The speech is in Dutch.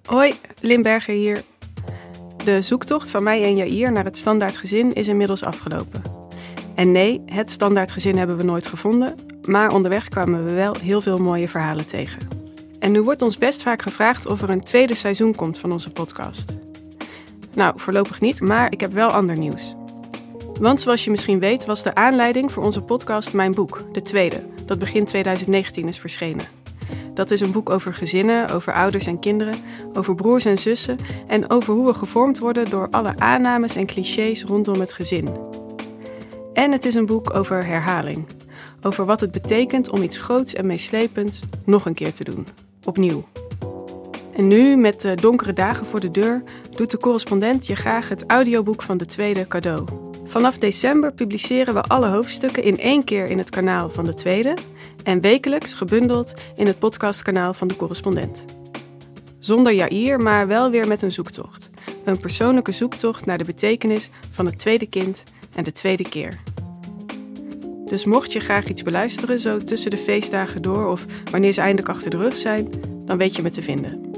Hoi, Limberger hier. De zoektocht van mij en Jair naar het standaardgezin is inmiddels afgelopen. En nee, het standaardgezin hebben we nooit gevonden, maar onderweg kwamen we wel heel veel mooie verhalen tegen. En nu wordt ons best vaak gevraagd of er een tweede seizoen komt van onze podcast. Nou, voorlopig niet, maar ik heb wel ander nieuws. Want zoals je misschien weet was de aanleiding voor onze podcast mijn boek, de tweede, dat begin 2019 is verschenen. Dat is een boek over gezinnen, over ouders en kinderen, over broers en zussen en over hoe we gevormd worden door alle aannames en clichés rondom het gezin. En het is een boek over herhaling. Over wat het betekent om iets groots en meeslepends nog een keer te doen. Opnieuw. En nu, met de donkere dagen voor de deur, doet de correspondent je graag het audioboek van de tweede cadeau. Vanaf december publiceren we alle hoofdstukken in 1 keer in het kanaal van de tweede en wekelijks gebundeld in het podcastkanaal van de correspondent. Zonder Jair, maar wel weer met een zoektocht. Een persoonlijke zoektocht naar de betekenis van het tweede kind en de tweede keer. Dus mocht je graag iets beluisteren, zo tussen de feestdagen door of wanneer ze eindelijk achter de rug zijn, dan weet je me te vinden.